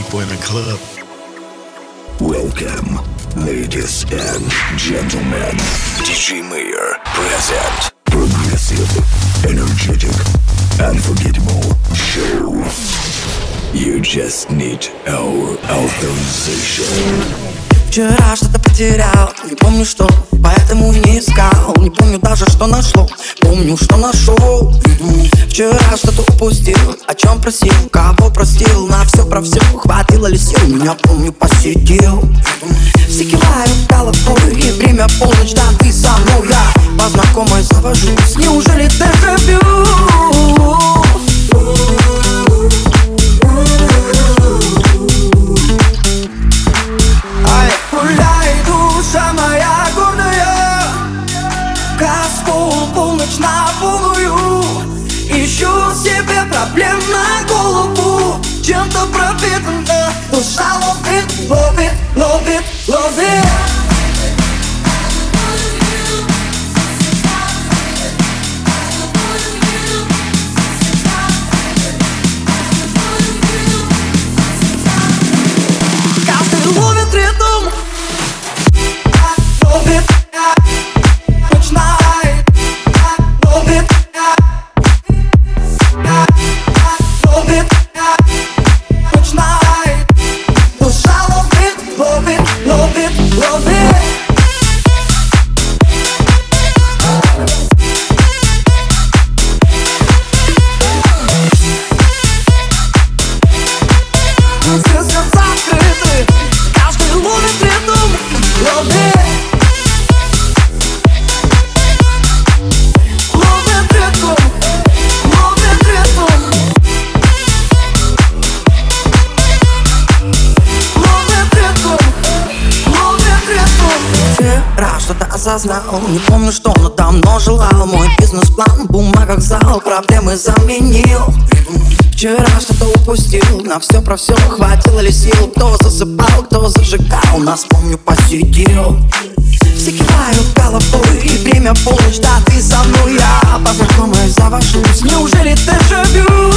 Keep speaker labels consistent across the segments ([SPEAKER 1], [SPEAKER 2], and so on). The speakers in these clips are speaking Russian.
[SPEAKER 1] people in the club.
[SPEAKER 2] Welcome, ladies and gentlemen. DJ Mayor present. Progressive, energetic, unforgettable show. You just need our authorization.
[SPEAKER 3] Вчера что-то потерял, не помню что, поэтому и не искал. Не помню даже, что нашло, помню, что нашел. Вчера что-то упустил, о чем просил, кого простил. На все про все, хватило ли сил, меня, помню, посетил. Все кивают головой, и время полночь, да ты со мной. Я по знакомой завожусь, неужели дежавю? Гуляй, душа моя гордая, Газпол, полночь на полную. Ищу себе проблем на голову, чем-то пропитана. Душа ловит, ловит, ловит, ловит. Осознал, не помню что, но давно желал. Мой бизнес-план в бумагах зал, проблемы заменил. Вчера что-то упустил, на все про все, хватило ли сил. Кто засыпал, кто зажигал, нас, помню, посетил. Все кивают головой, и время полночь, да ты со мной. Я по знакомой завожусь, неужели дежавю?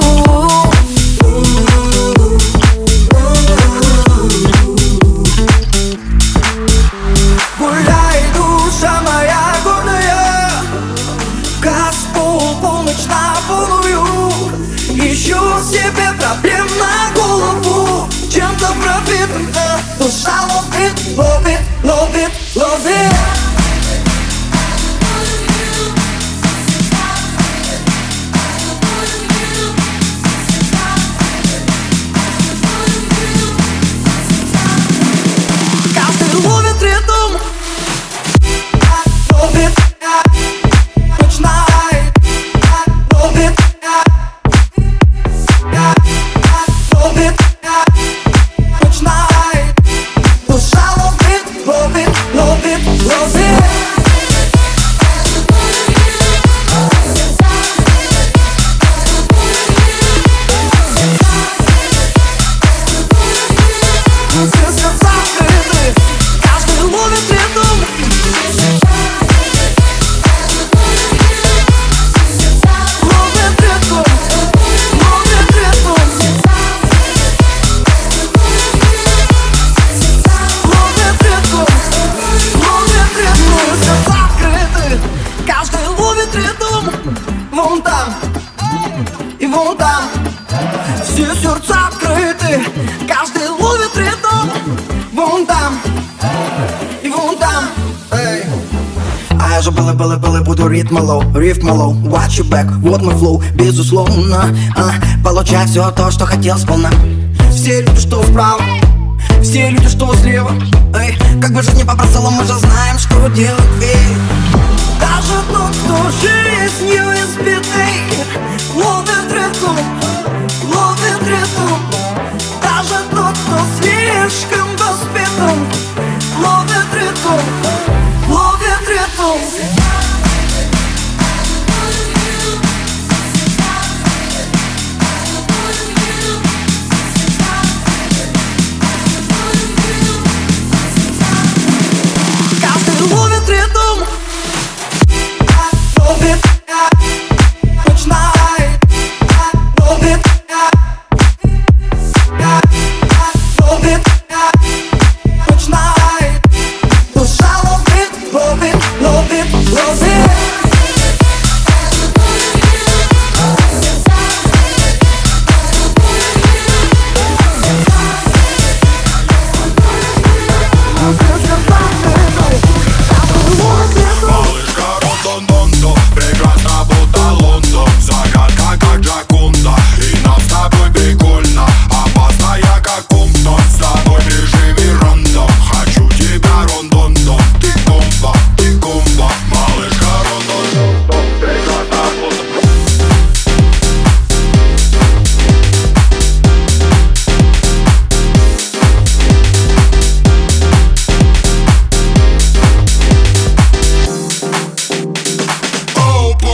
[SPEAKER 3] Гуляй, душа моя гордая, Газпол, полночь на полную. Ищу себе проблем на голову, чем-то пропитана. Душа ловит, ловит, ловит, ловит. Вон там и вон там, все сердца открыты, каждый ловит ритм. Вон там и вон там, эй. А я же был, буду ритм лоу, watch you back, вот мой флоу, безусловно. Получай все то, что хотел сполна. Все люди, что вправо, все люди, что слева, эй. Как бы жизнь не побросала, мы же знаем, что делать, эй. Даже тот, кто жизнью избитый, ловит ритм, ловит ритм. Даже тот, кто слишком воспитан, ловит ритм, ловит ритм. Каждый ловит ритм, ловит.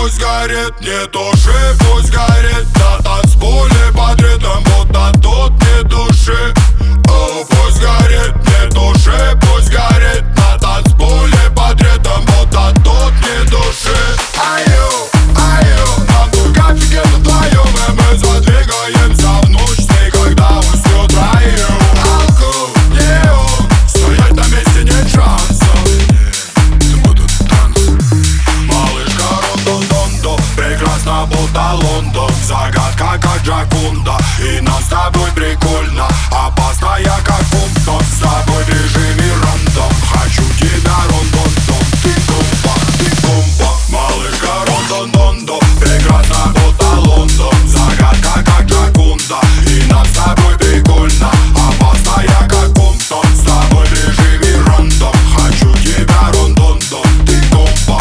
[SPEAKER 2] пусть горит, не туши, пусть горит. На танцполе под ритм, будто тут не души. О, пусть горит, не туши, пусть горит. На танцполе под ритм, будто тут не души. Аю, нам только офигенно вдвоем, и мы задвигаемся в ночь с ней, когда уснет раю. Алкоголь, неон, стоять на месте нет шансов. Будут танцы. Малышка Рондо-Дондо, прекрасно будто Лондон. Загадка как Джаконда, и нам с тобой прикольно. Опасно я как бомба, с тобой в режиме рандом. Хочу тебя Рондо-Дон, ты бомба. Малышка Рондо-Дондо, прекрасно будто Лондон. Загадка как Джаконда, и нам с тобой прикольно. Опасно я как бомба, с тобой в режиме рандом. Хочу тебя Рондо-Дон, ты бомба.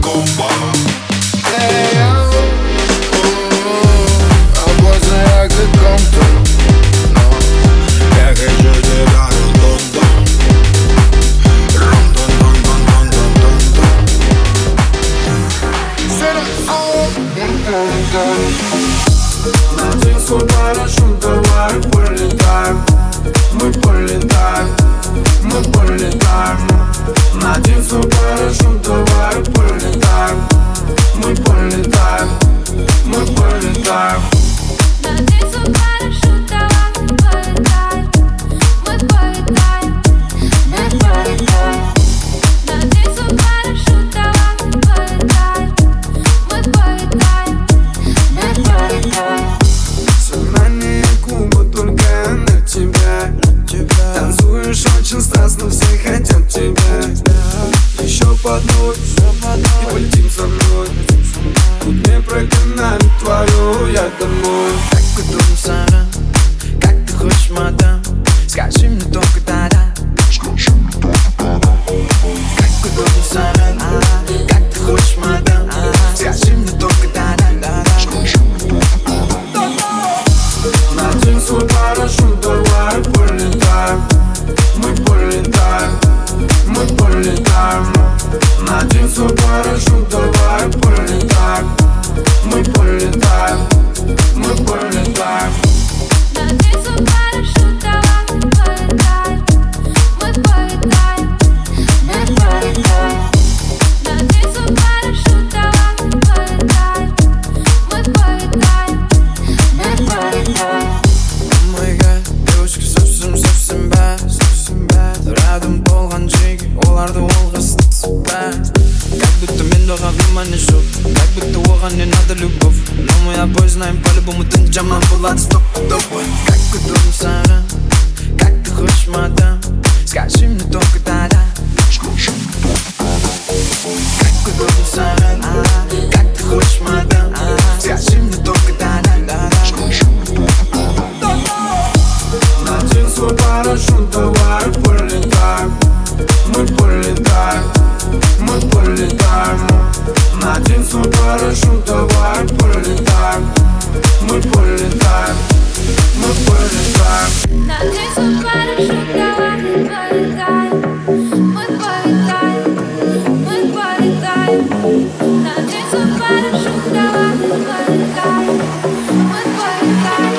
[SPEAKER 3] Обожаю как Компton, но я хочу тебя Рондон-Дон. Надень свой парашют, давай полетаем. Мы полетаем, мы полетаем. Надень свой парашют, давай полетаем. Мы полетаем, мы полетаем.
[SPEAKER 1] Надень свой парашют, давай полетаем. Мы полетаем, мы полетаем. Надень свой парашют, давай полетаем. Мы полетаем, мы полетаем.
[SPEAKER 3] Сознание клуба только на тебя. Танцуешь очень страстно, все хотят тебя. Еще под ночь и полетим со мной. Тут не прогнали твою, я домой.
[SPEAKER 4] Как удобно, Сара, как ты хочешь, мадам. Скажи мне только да-да. Как удобно, Сара, как ты хочешь, мадам. Скажи мне только да-да.
[SPEAKER 3] Надень свой парашют, давай полетаем. Мы полетаем, мы полетаем. Надень свой парашют, давай полетаем. Мы полетаем, мы полетаем.
[SPEAKER 1] Надень свой парашют, давай полетаем. Мы полетаем, мы полетаем. Надень свой парашют, давай полетаем. Мы полетаем, мы полетаем.
[SPEAKER 4] Мой гад, девушка совсем бad. Рядом болған жиги, оларды олға спать. Как будто мен доға внимание жоқ. Как будто оған не надо любовь. Но мы обои знаем, по-любому ты жаман болады стопудово. Как удобно, Сара, как ты хочешь, мадам. Скажи мне только да-да. Как удобно, Сара, как ты хочешь, мадам. Скажи мне только да-да.
[SPEAKER 3] Надень свой парашют, давай полетаем. Мы полетаем, мы полетаем. Надень свой парашют, давай полетаем. Мы полетаем, мы полетаем.
[SPEAKER 1] Надень свой парашют, давай полетаем. Мы полетаем, мы полетаем. Надень свой парашют, давай полетаем. Мы полетаем.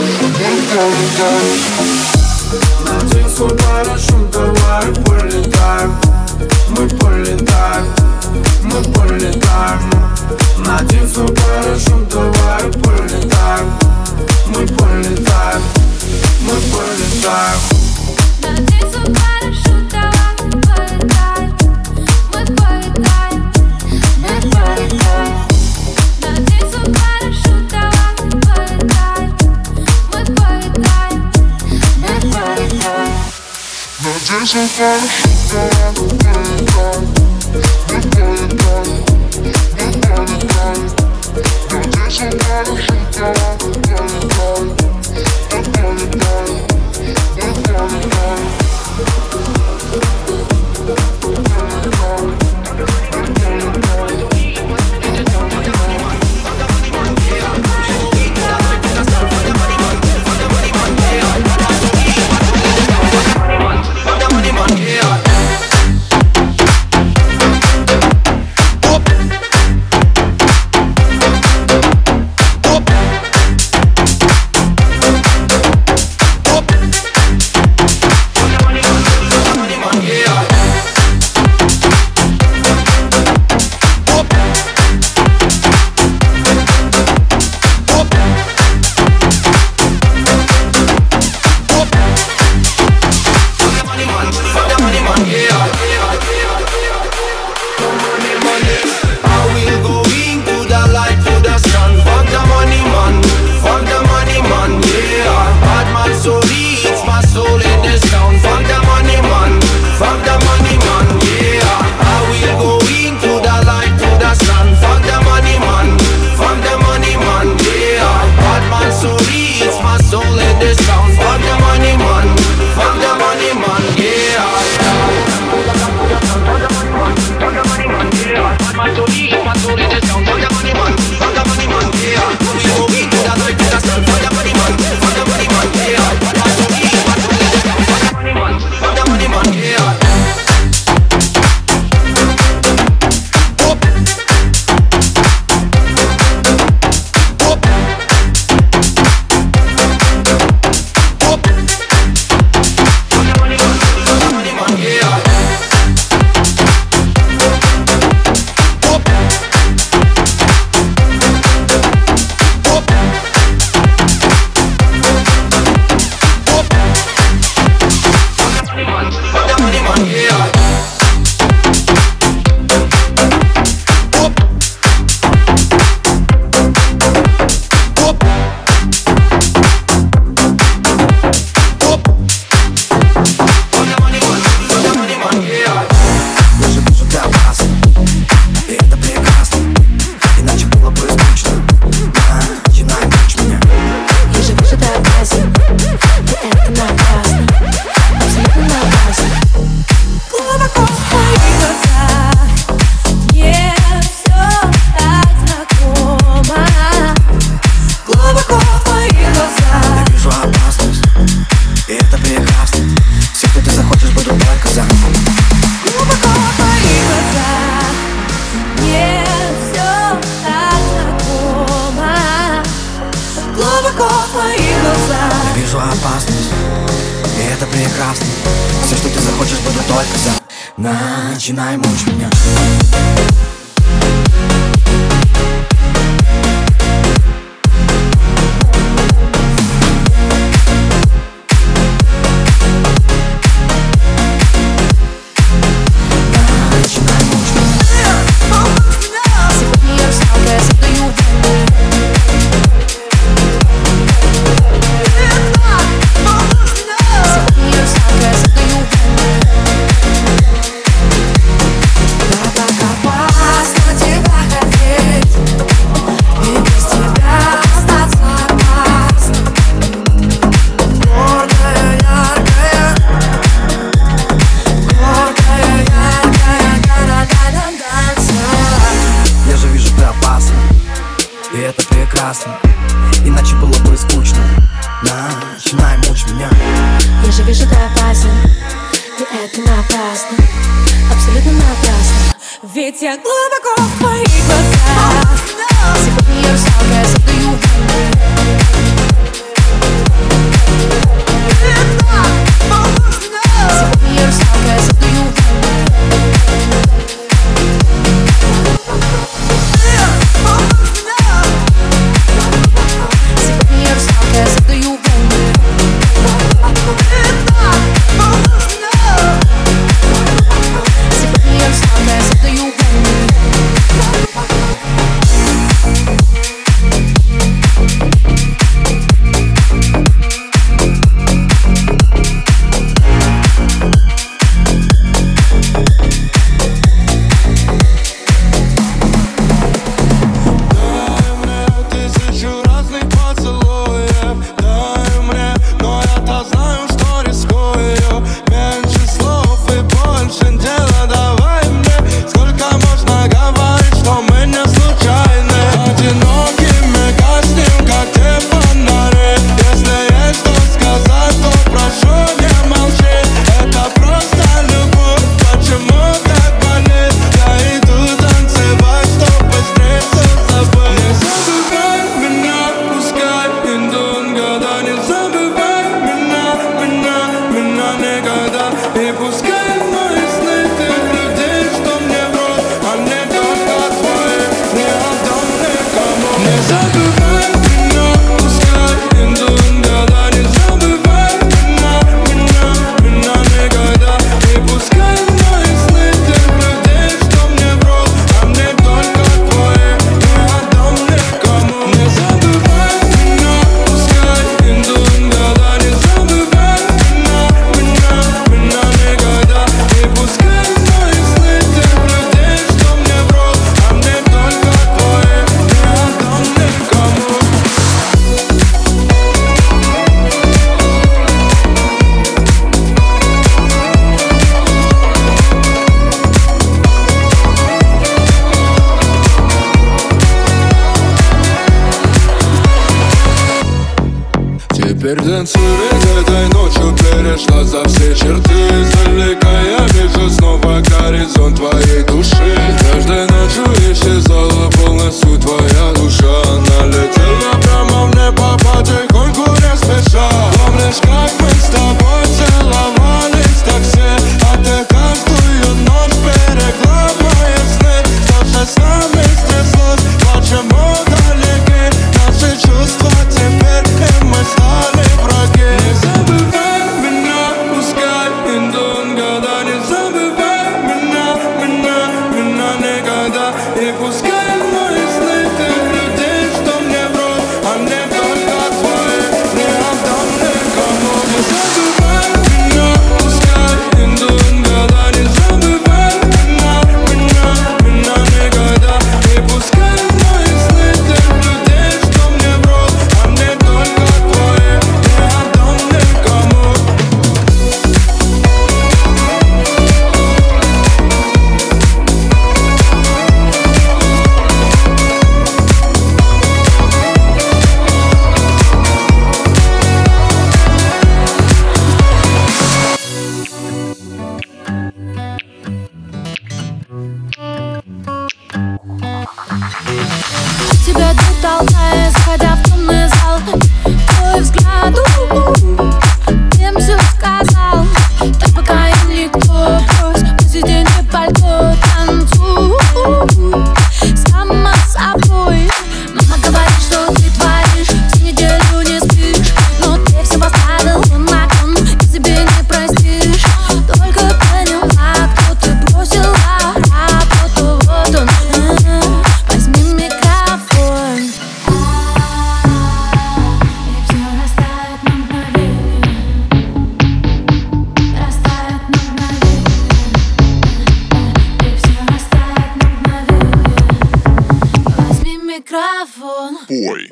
[SPEAKER 3] Надень свой парашют, давай полетаем. Мы полетаем, мы полетаем. Надень свой парашют, давай полетаем. Мы полетаем, мы полетаем.
[SPEAKER 1] Надень свой парашют, давай полетаем. Мы полетаем, мы полетаем. Надень свой парашют, давай полетаем. Мы полетаем, мы полетаем.
[SPEAKER 3] Надень свой парашют, давай полетаем. Мы полетаем, мы полетаем. Надень свой парашют, давай полетаем. Мы полетаем, мы полетаем. опасность, и это прекрасно. Все, что ты захочешь, буду только за. Начинай мучить меня. И это прекрасно, иначе было бы скучно. Начинай мучить меня.
[SPEAKER 1] Я же вижу, ты опасен, и это напрасно, абсолютно напрасно. Ведь я глубоко в твоих глазах. Сегодня я русалка, я создаю волны. Сегодня я русалка, я создаю волны.
[SPEAKER 2] Теперь танцуй, ведь этой ночью перешла за все черты. Издалека я вижу снова горизонт твоей души. Каждой ночью исчезала полностью твоя душа. Она летела прямо в небо, потихоньку не спеша. Помнишь, как мы с тобой целовались так все, а ты каждую ночь берегла мои сны. Что же с нами стряслось, почему далеки наши чувства теперь, и мы стали враги. Не забывай меня, пускай идут года. Не забывай меня, меня никогда. И пускай мои сны тех людей, что мне врут, а не только твои, не отдам никому. Не забывай меня, пускай идут года. Не забывай меня никогда. И пускай мои сны тех людей, что мне врут, а не только твои, не отдам никому.
[SPEAKER 1] Тебя тут толкая, заходя в темный зал. Твой взгляд, микрофон.
[SPEAKER 2] Ой.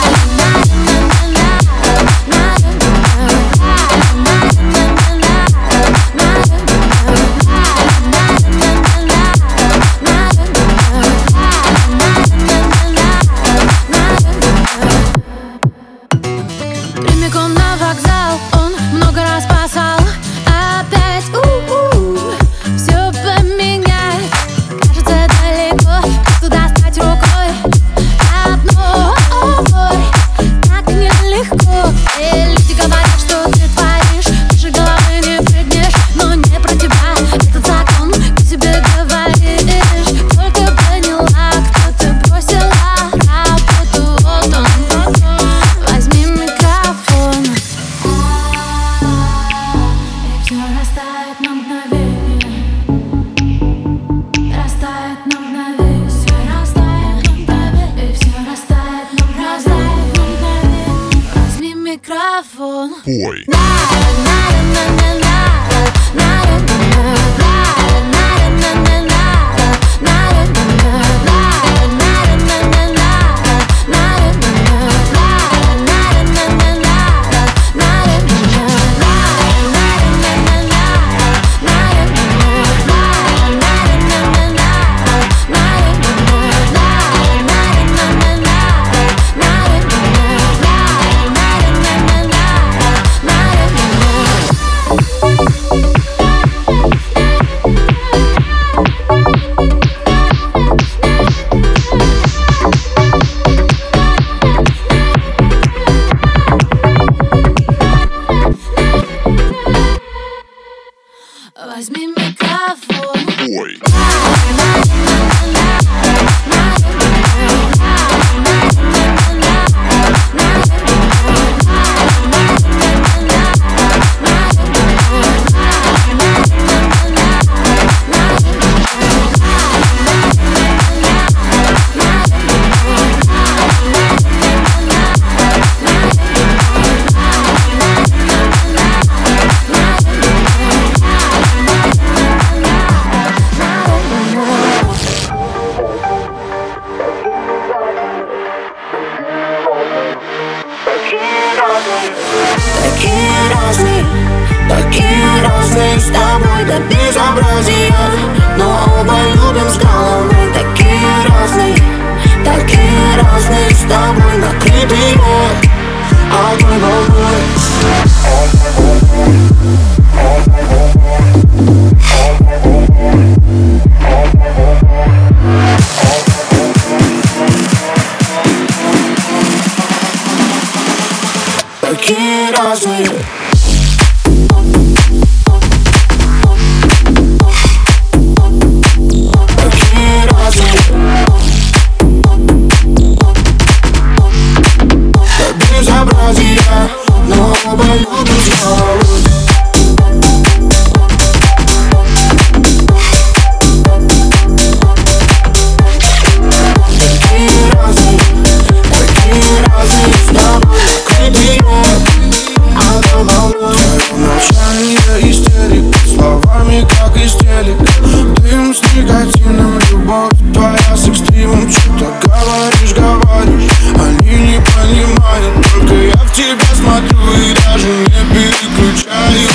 [SPEAKER 1] Прямиком на вокзал он много раз спасал. Опять все поменять. Кажется далеко, туда стать рукой. Одно, так нелегко. И люди говорят, что ты творишь, выше головы не прыгнешь. Но не про тебя этот закон, ты себе говоришь. Только поняла, кто ты бросила работу. Вот он, возьми микрофон. И все растает на мгновение. Растает на мгновение. Все растает на мгновение. И все растает на мгновение. Возьми микрофон.
[SPEAKER 2] Ой.
[SPEAKER 1] Возьми микрофон.
[SPEAKER 2] Ой.
[SPEAKER 3] Такие разные с тобой до безобразия. Но оба любим с головой. Такие разные с тобой, накрытые одной волной. Такие разные. Но оба любим с головой. Такие разные с тобой, накрытые одной волной. Молчание истерик, словами как из телека. Дым с никотином, любовь твоя с экстримом. Что-то говоришь, они не понимают. Только я в тебя смотрю и даже не переключаю.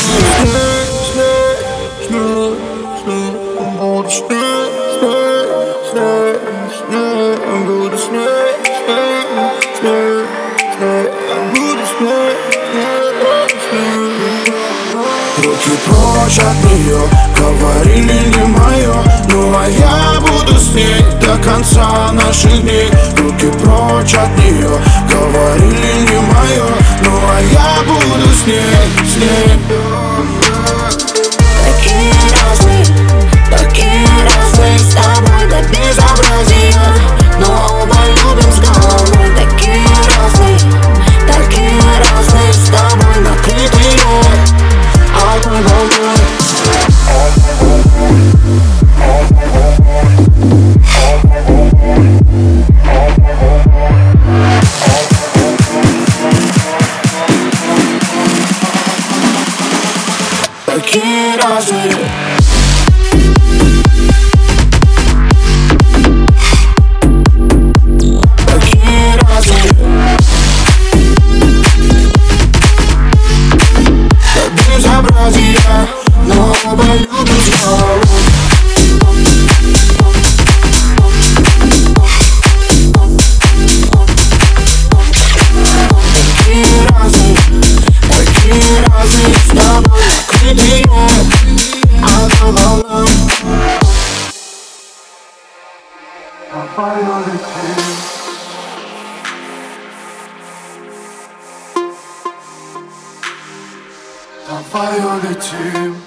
[SPEAKER 3] Руки прочь от нее, говорили не мое. Ну а я буду с ней до конца наших дней. Руки прочь от нее, говорили не мое. Ну а я буду с ней. Такие разные с тобой до безобразия. Но оба любим с головой. Такие разные с тобой, накрытые одной волной. Такие разные.
[SPEAKER 2] Давай улетим.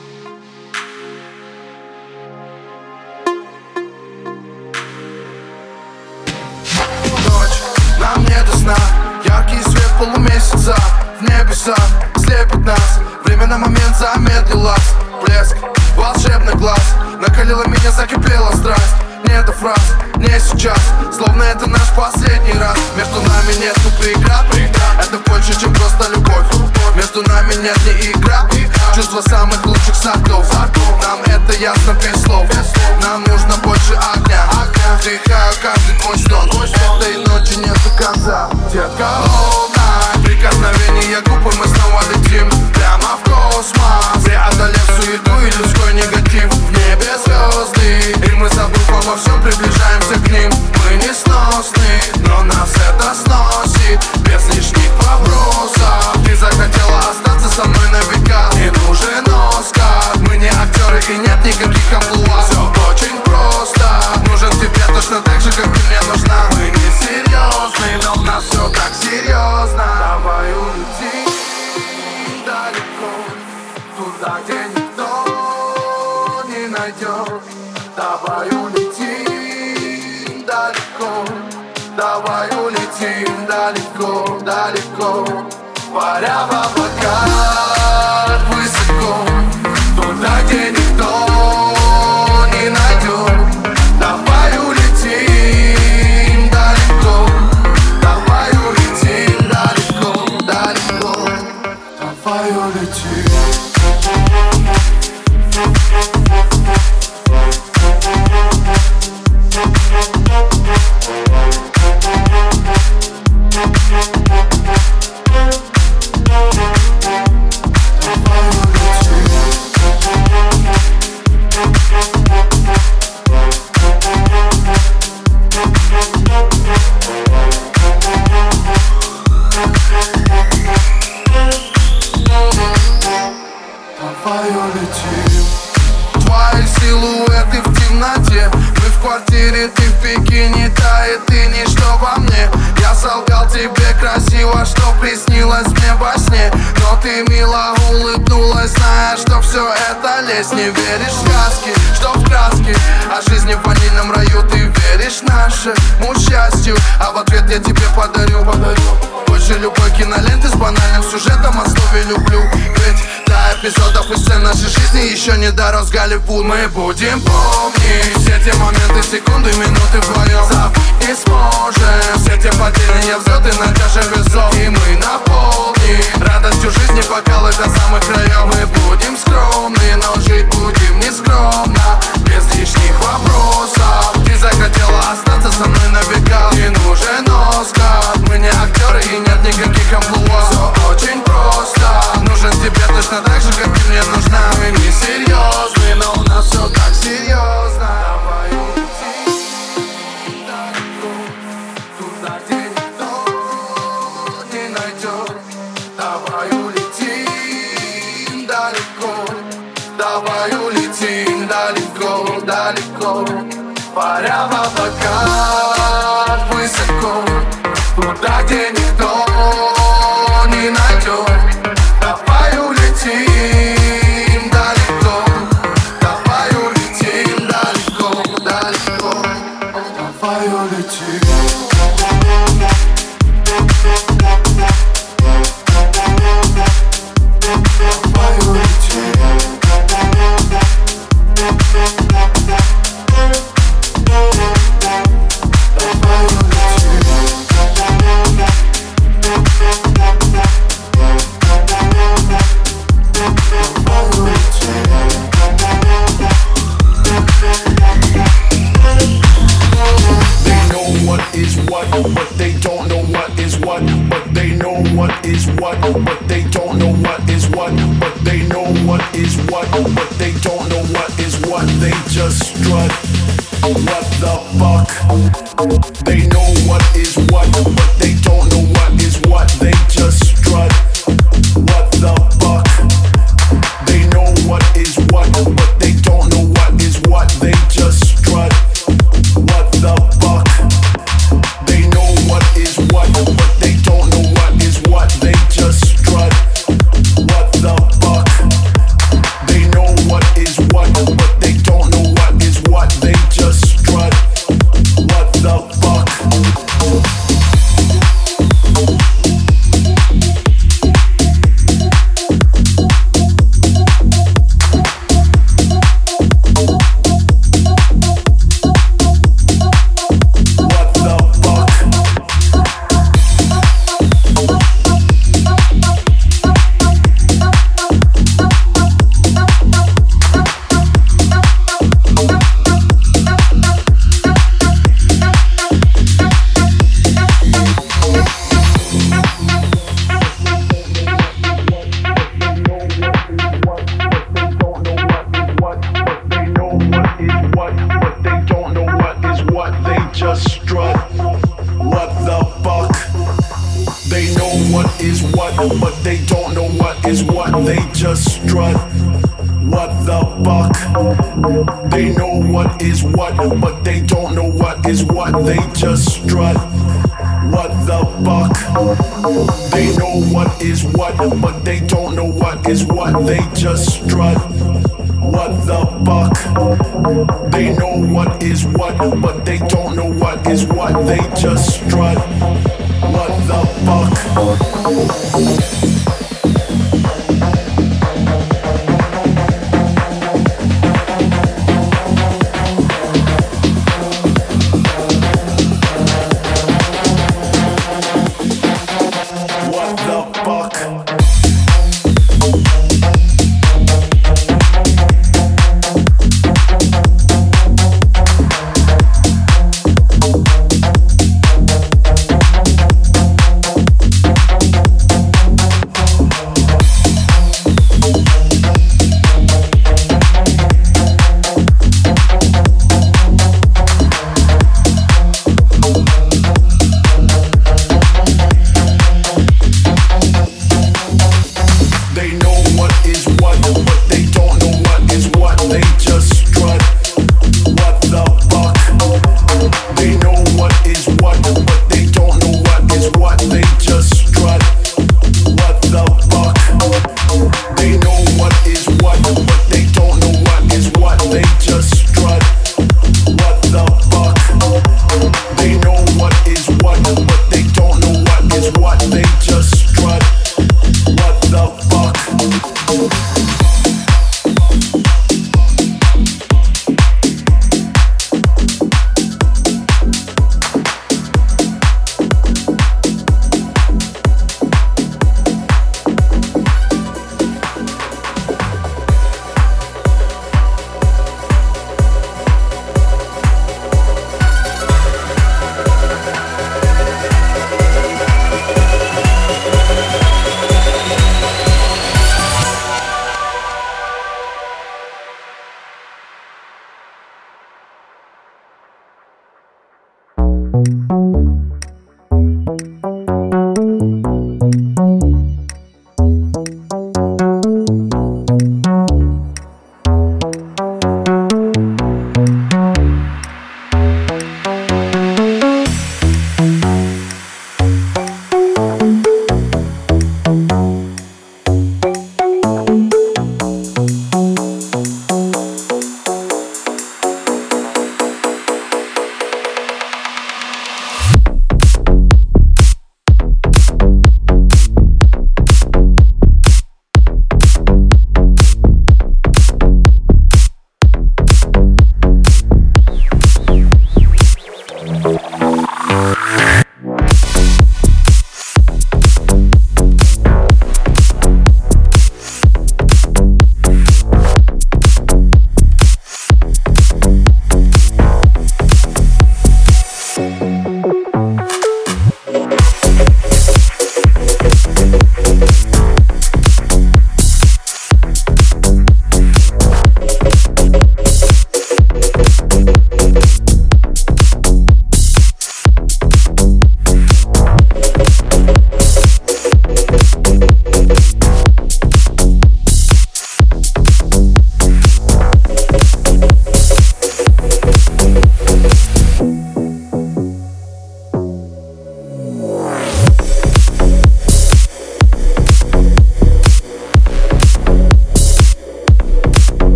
[SPEAKER 2] Ночь, нам не до сна. Яркий свет полумесяца в небесах слепит нас. Время на момент замедлилось. Блеск волшебных глаз накалила меня, закипела страсть. Не до фраз, не сейчас, словно это наш последний раз. Между нами нету преград, это больше, чем просто любовь. Между нами нет ни игра, чувства самых лучших сортов. Нам это ясно без слов. Нам нужно больше огня. Вдыхаю каждый твой стон. Этой ночи нет до конца. Детка, all night. Прикосновение губы, мы снова летим прямо в космос, преодолев суету и людской негатив. В небе звезды, и мы, забыв обо всем, приближаемся к ним. Мы несносны, но нас это сносит без лишних вопросов. Ты захотела остаться со мной на века. Не нужен Оскар, мы не актеры и нет никаких амплуа. Все очень просто, нужен тебе точно так же, как ты мне нужна. Мы не серьезны, но у нас все так серьезно. Давай улетим далеко, туда, где никто не найдет. Давай улетим далеко, давай улетим далеко, далеко, паря в облаках высоко, туда, где никто не найдет. Давай улетим далеко, давай улетим далеко, далеко, давай улетим. Твои силуэты в темноте. Мы в квартире, ты в бикини, тает, ты ничто во мне. Я солгал тебе красиво, что приснилось мне во сне. Но ты мило улыбнулась, зная, что все это лезь. Не веришь в сказки, что в краске, о жизни в ванильном раю. Ты веришь нашему счастью, а в ответ я тебе подарю больше любой киноленты с банальным сюжетом о слове люблю. Ведь до эпизодов и сцен нашей жизни еще не дорос Голливуд. Мы будем помнить все те моменты, секунды, минуты вдвоем. Забыть не сможем все те падения, взлеты на чаше весов. И мы наполним радостью жизни бокалы до самых краев. Мы будем скромны, но жить будем нескромно, без лишних вопросов. Ты захотела остаться со мной на века. Не нужен Оскар, мы не актеры и нет никаких амплуа. Все очень просто, нужен тебе точно так же, как ты мне нужна. Мы не серьезны, но у нас все так серьезно. Давай улетим далеко, туда, где никто не найдет. Давай улетим далеко, давай улетим далеко, далеко, паря в облаках высоко, туда, где никто не найдет. Давай улетим далеко, давай улетим далеко, далеко, давай улетим. Давай улетим.
[SPEAKER 5] But they don't know what is what. But they know what is what. But they don't know what is what. But they know what is what. But they don't know what is what. They just strut. What the fuck? They know what is what. But they don't know what is what. They just strut. What the fuck? They know what is what. But they don't know what is what. They just strut. What the fuck? They know what is what, but they don't know what is what. They just strut. What the fuck? is what, but they don't know what is what. They just strut. What the fuck? They know what is what, but they don't know what is what. They just strut. What the fuck? They know what is what, but they don't know what is what. They just strut. What the fuck? They know what is what, but they don't know what is what. They just strut. What the fuck?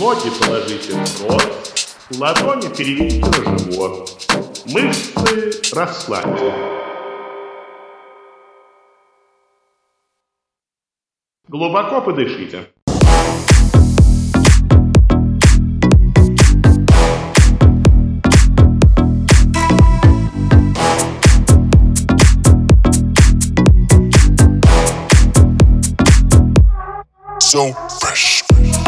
[SPEAKER 6] Ноги положите в рот, ладони переведите на живот. Мышцы расслабьте. Глубоко подышите.
[SPEAKER 2] So fresh.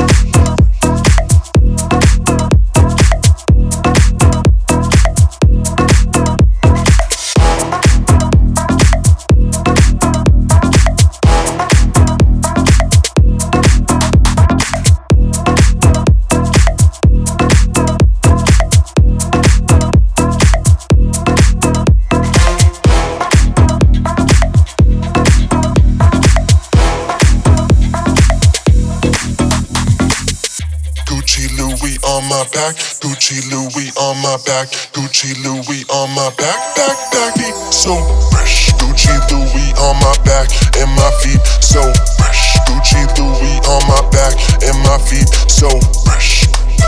[SPEAKER 2] On my back, Gucci Louis on my back, Gucci Louis on my back, back, feet so fresh. Gucci Louis on my back and my feet so fresh. Gucci Louis on my back and my feet so fresh.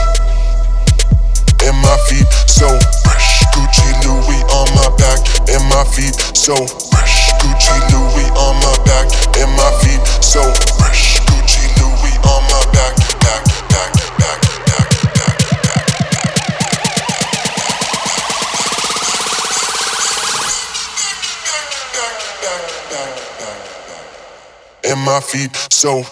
[SPEAKER 2] And my feet so fresh. Gucci Louis on my back and my feet so fresh. Gucci Louis on my back and my feet so fresh. Gucci Louis on my back, back. And my feet so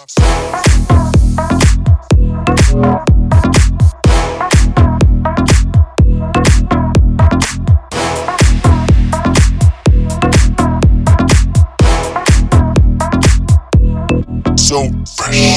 [SPEAKER 2] fresh.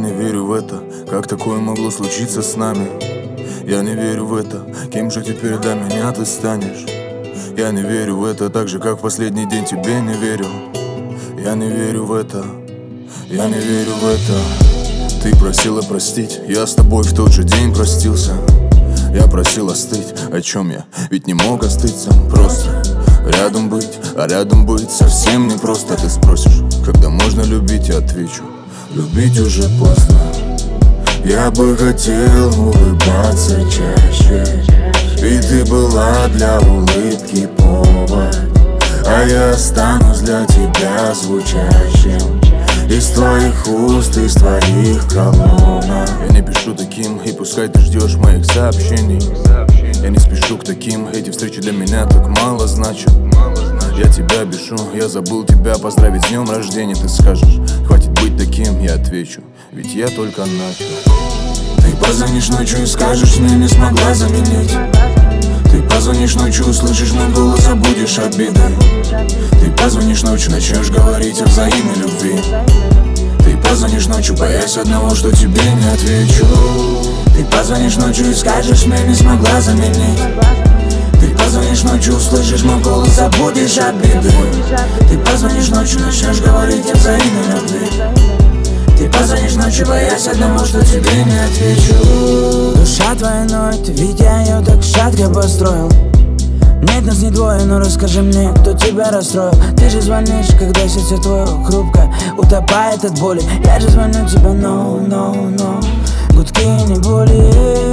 [SPEAKER 7] не верю в это, как такое могло случиться с нами. Я не верю в это, кем же теперь для меня ты станешь. Я не верю в это, так же как в последний день тебе не верил. Я не верю в это, я не верю в это. Ты просила простить, я с тобой в тот же день простился. Я просил остыть, о чем я ведь не мог остыть сам. Просто рядом быть, а рядом быть совсем не просто. Ты спросишь, когда можно любить, я отвечу: любить уже поздно. Я бы хотел улыбаться чаще, и ты была для улыбки повод. А я останусь для тебя звучащим из твоих уст, из твоих колонок. Я не пишу таким, и пускай ты ждешь моих сообщений. Я не спешу к таким, эти встречи для меня так мало значат. Я тебя бешу, я забыл тебя поздравить с днем рождения. Ты скажешь, хватит быть таким, я отвечу, ведь я только начал. Ты позвонишь ночью и скажешь, мне не смогла заменить. Ты позвонишь ночью, услышишь мой голос, забудешь обиды. Ты позвонишь ночью, начнешь говорить о взаимной любви. Ты позвонишь ночью, боясь одного, что тебе не отвечу. Ты позвонишь ночью и скажешь, мне не смогла заменить. Ты позвонишь ночью, услышишь мой голос, забудешь обиды. Ты позвонишь ночью, начнешь говорить о взаимной любви. Ты позвонишь ночью, боясь одного, что тебе не отвечу.
[SPEAKER 8] Душа твоя ноет, ведь я ее так шатко построил. Нет, нас не двое, но расскажи мне, кто тебя расстроил. Ты же звонишь, когда сердце твое хрупко утопает от боли. Я же звоню тебе, no. Гудки не боли.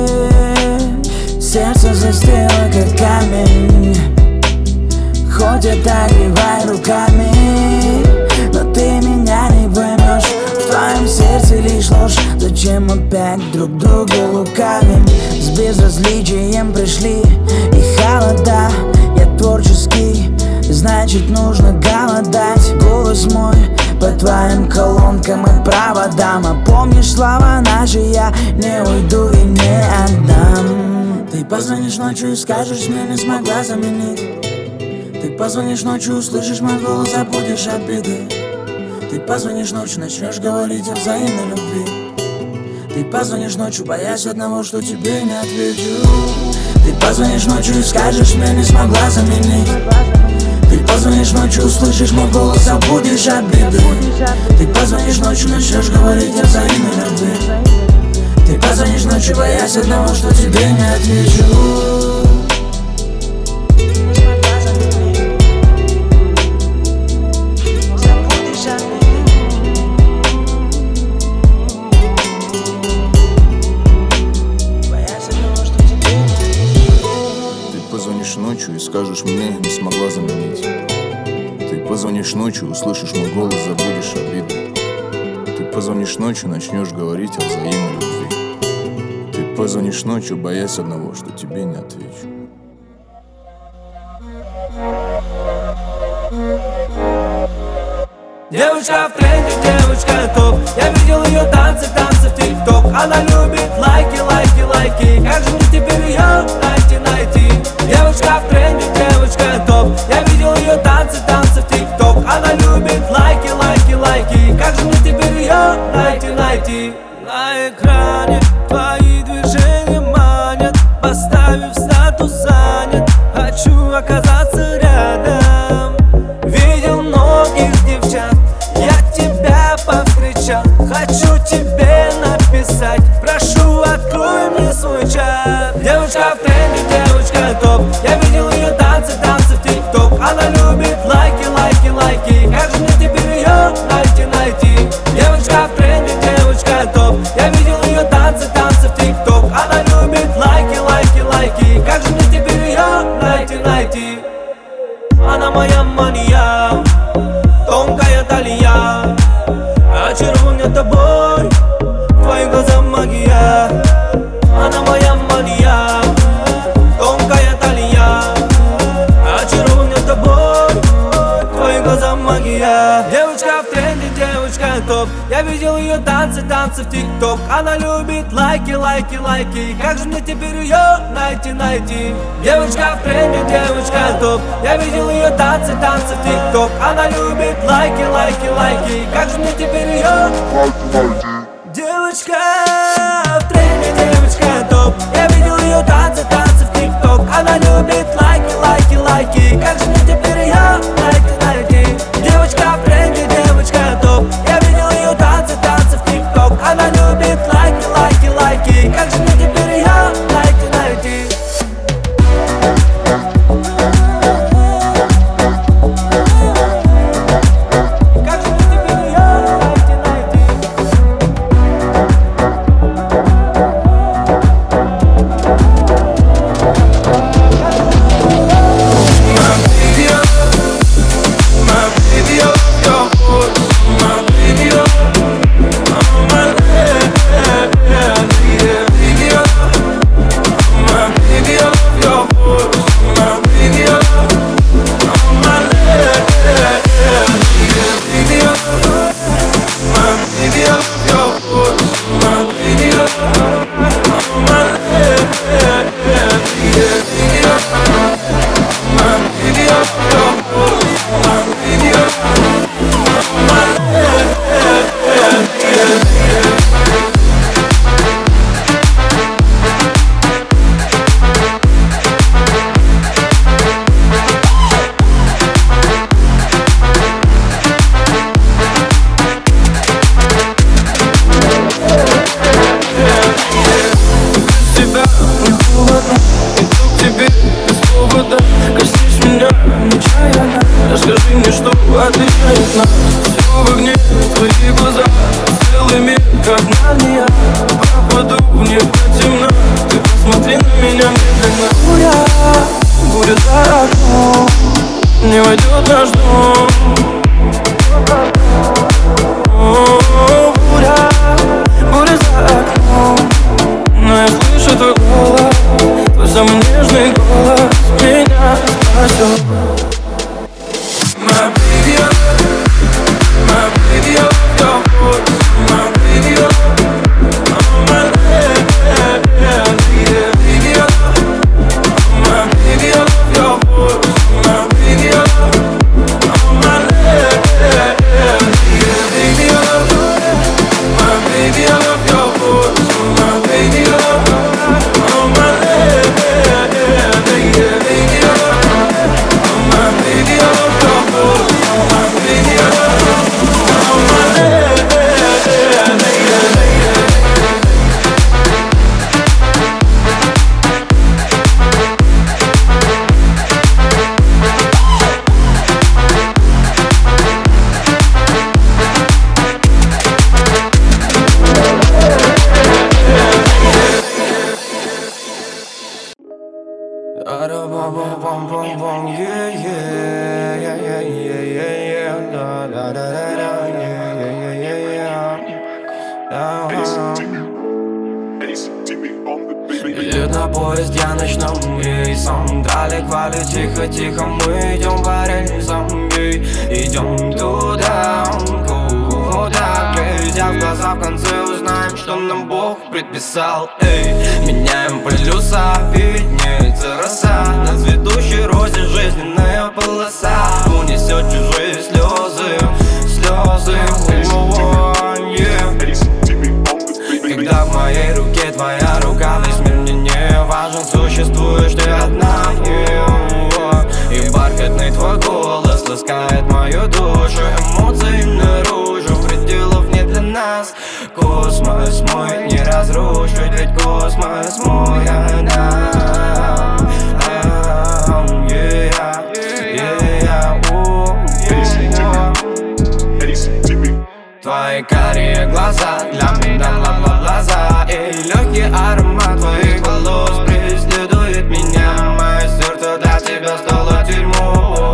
[SPEAKER 8] Сердце застыло, как камень. Хоть отогревай руками, но ты меня не поймешь. В твоем сердце лишь ложь. Зачем опять друг друга лукавим? С безразличием пришли и холода. Я творческий, значит нужно голодать. Голос мой по твоим колонкам и проводам. А помнишь слова наши, я не уйду и не отдам. Ты позвонишь ночью и скажешь, мне не смогла заменить. Ты позвонишь ночью, услышишь мой голос, забудешь обиды. Ты позвонишь ночью, начнешь говорить о взаимной любви. Ты позвонишь ночью, боясь одного, что тебе не отвечу. Ты позвонишь ночью и скажешь, мне не смогла заменить. Ты позвонишь ночью, услышишь мой голос, забудешь обиды. Ты позвонишь ночью, начнешь говорить о взаимной любви. Ты позвонишь ночью, боясь одного, что тебе не отвечу.
[SPEAKER 7] Ночью и скажешь, мне не смогла заменить. Ты позвонишь ночью, услышишь мой голос, забудешь обиды. Ты позвонишь ночью, начнешь говорить о взаимной любви. Ты позвонишь ночью, боясь одного, что тебе не отвечу.
[SPEAKER 9] Девочка в тренде, девочка топ. Я видел ее танцы в ТикТок. Она любит лайки. Как же мне теперь ее найти? Девочка в тренде, девочка топ. Я видел ее танцы в ТикТок. Она любит лайки. Как же мне теперь ее найти? На экране твои движения манят. Поставив статус занят, хочу оказаться рядом. Видел многих девчат, я тебя повстречал. Хочу тебе написать, прошу, открой мне свой чат. Девочка в тренде, девочка топ. Я видел ее танцы в ТикТок. Она любит лайки. Как же мне теперь ее найти? Девочка в тренде, девочка топ. Я видел ее танцы в ТикТок. Она любит лайки. Как же мне теперь ее найти? Она моя мания, тонкая талия. Очарован меня тобой, твои глаза магия. Она моя мания, тонкая талия. Очарован меня тобой, твои глаза магия. Девочка в тренде, девочка топ. Я видел ее танцы в ТикТок. Она любит лайки. Как же мне теперь ее найти? Девочка в тренде, девочка топ. Я видел ее танцы в ТикТок. Она любит лайки. Как же мне теперь ее найти? девочка в тренде, девочка топ. Я видел ее танцы в ТикТок. Она любит лайки, лайки, лайки. Как же мне теперь ее найти? Девочка в тренде, девочка топ. Я видел ее танцы в ТикТок. Она любит лайки, лайки, лайки. Как же мне теперь ее найти?
[SPEAKER 4] Расскажи мне, что отличает нас. Все в огне, твои глаза, целый мир, как Нарния. Пропаду в небо темно, ты посмотри на меня медленно. Буря за окном, не войдет наш дом. Буря за окном, но я слышу твой голос, твой самый нежный голос меня спасет. My baby, I love your voice. My baby, I love my lady. Baby, I love my baby, I love your voice. My baby, I love my lady. Baby, I love my baby, I love your voice. My baby, I love my lady. Baby, I love my baby, I love. Идет на поезд, я ночным рейсом. Далек валит, тихо-тихо, мы идем по рельсам. Идем туда, куда, глядя в глаза, в конце узнаем, что нам Бог предписал. Эй, меняем полюса, виднеется роса. Над цветущей розе жизненная полоса. Унесет чужие слезы, когда в моей руке твоя рука, весь мир мне не важен, существуешь ты одна. И бархатный твой голос ласкает мою душу. Эмоции наружу, пределов нет для нас. Космос мой не разрушить, ведь космос мой она. Твои карие глаза для меня лаза. И легкий аромат твоих волос преследует меня. Мое сердце для тебя стало тюрьмой.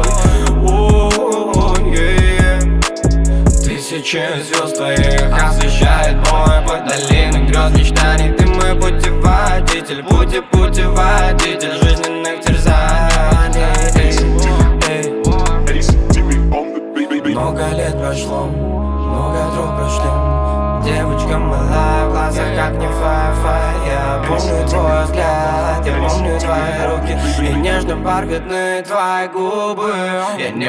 [SPEAKER 4] Тысячи звезд твоих освещает бой по долине грез мечтаний. Ты мой путеводитель, путеводитель жизненных терзаний. Много лет прошло, много троп прошли. Девочка малая, в глазах как не фай-фай. Я помню твой взгляд, я помню твои руки и нежно-бархатные твои губы. Я не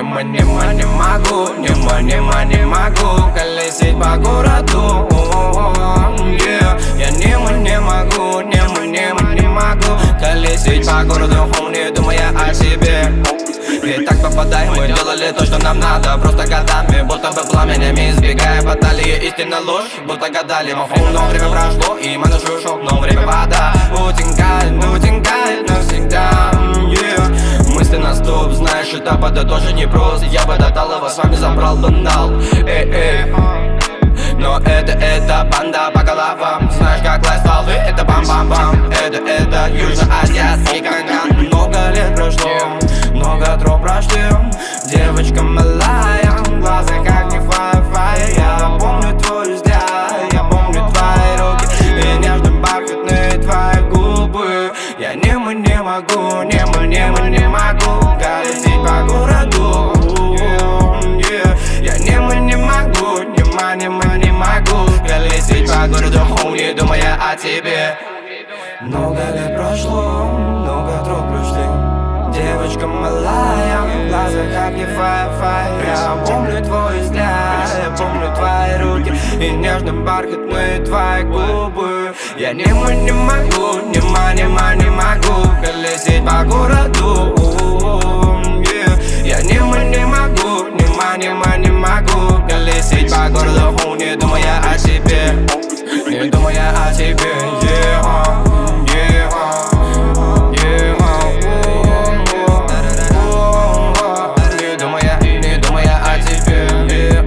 [SPEAKER 4] могу колесить по городу. по городу, не думая о себе. Ведь так попадаем, мы делали то, что нам надо. Просто годами, будто бы пламенями, избегая баталии, истинно ложь, будто гадали. Но время прошло, и мы нашли шок, но время вода утекает навсегда. Мысли на стоп, знаешь, этап это тоже непросто. Я бы до талого с вами забрал банал. Но это банда по головам. Знаешь, как лай стволы, это бам-бам-бам. Это южноазиатский канган. Много лет прошло, много троп прошли. Девочка малая, глаза как не фай-фай. Я помню твой взгляд, я помню твои руки и нежно бархатные твои губы. Я не могу колесить по городу. Я не могу колесить по городу, не думая о тебе. Много лет прошло, много троп прошли. Девочка малая, глаза как не фай-фай. Я помню твой взгляд, я помню твои руки и нежно бархатные твои губы. Я не могу колесить по городу. Я не могу колесить по городу, не думая о тебе. Не думая о тебе, не думая о тебе.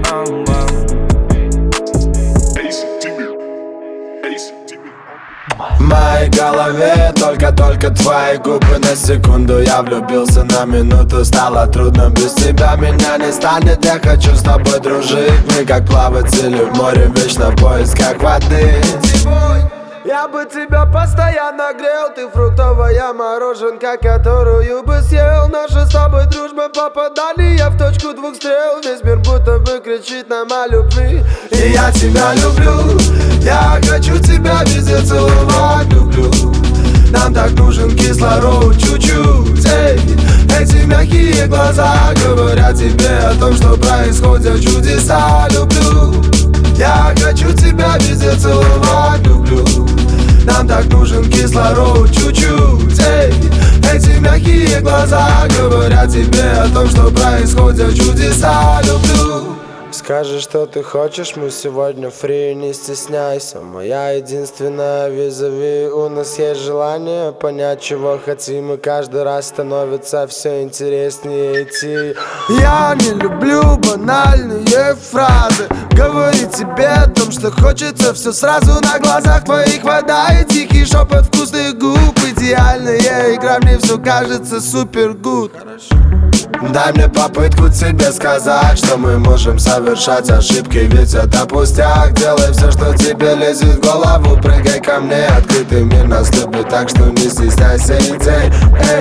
[SPEAKER 10] В моей голове только твои губы. На секунду я влюбился, на минуту стало трудно. Без тебя меня не станет, я хочу с тобой дружить. Мы как плаватели в море, вечно в поисках воды. Я бы тебя постоянно грел, ты фруктовая мороженка, которую бы съел. Наша с тобой дружба, попадание в точку двух стрел. Весь мир будто бы кричит нам о любви. И я тебя люблю, я хочу тебя везде целовать, люблю. Нам так нужен кислород чуть-чуть. Эти мягкие глаза говорят тебе о том, что происходят чудеса, люблю. Я хочу тебя везде целовать, люблю. Нам так нужен кислород чуть-чуть. Эти мягкие глаза говорят тебе о том, что происходят чудеса, люблю. Скажи, что ты хочешь, мы сегодня фри, не стесняйся. Моя единственная визави. У нас есть желание понять, чего хотим, и каждый раз становится все интереснее идти. Я не люблю банальные фразы. Говорить тебе о том, что хочется все сразу. На глазах твоих вода и тихий шепот вкусных губ. Идеальная игра, мне все кажется супер гуд. Дай мне попытку тебе сказать, что мы можем совершать ошибки, ведь это пустяк. Делай все, что тебе лезет в голову, прыгай ко мне, открытый мир нас любит, так что не стесняйся идей.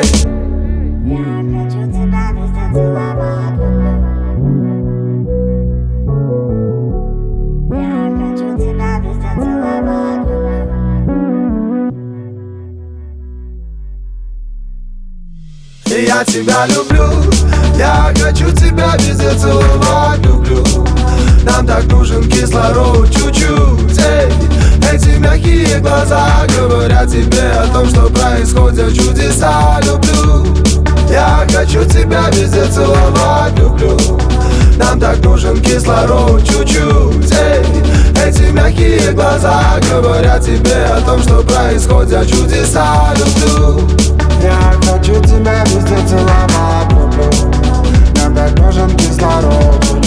[SPEAKER 10] И я тебя люблю, я хочу тебя везде целовать, люблю. Нам так нужен кислород чуть-чуть. Эти мягкие глаза говорят тебе о том, что происходят чудеса, люблю. Я хочу тебя везде целовать, люблю. Нам так нужен кислород чуть-чуть. Эти мягкие глаза говорят тебе о том, что происходят чудеса, люблю. Я хочу тебя везде целовать, люблю. Нам так нужен кислород.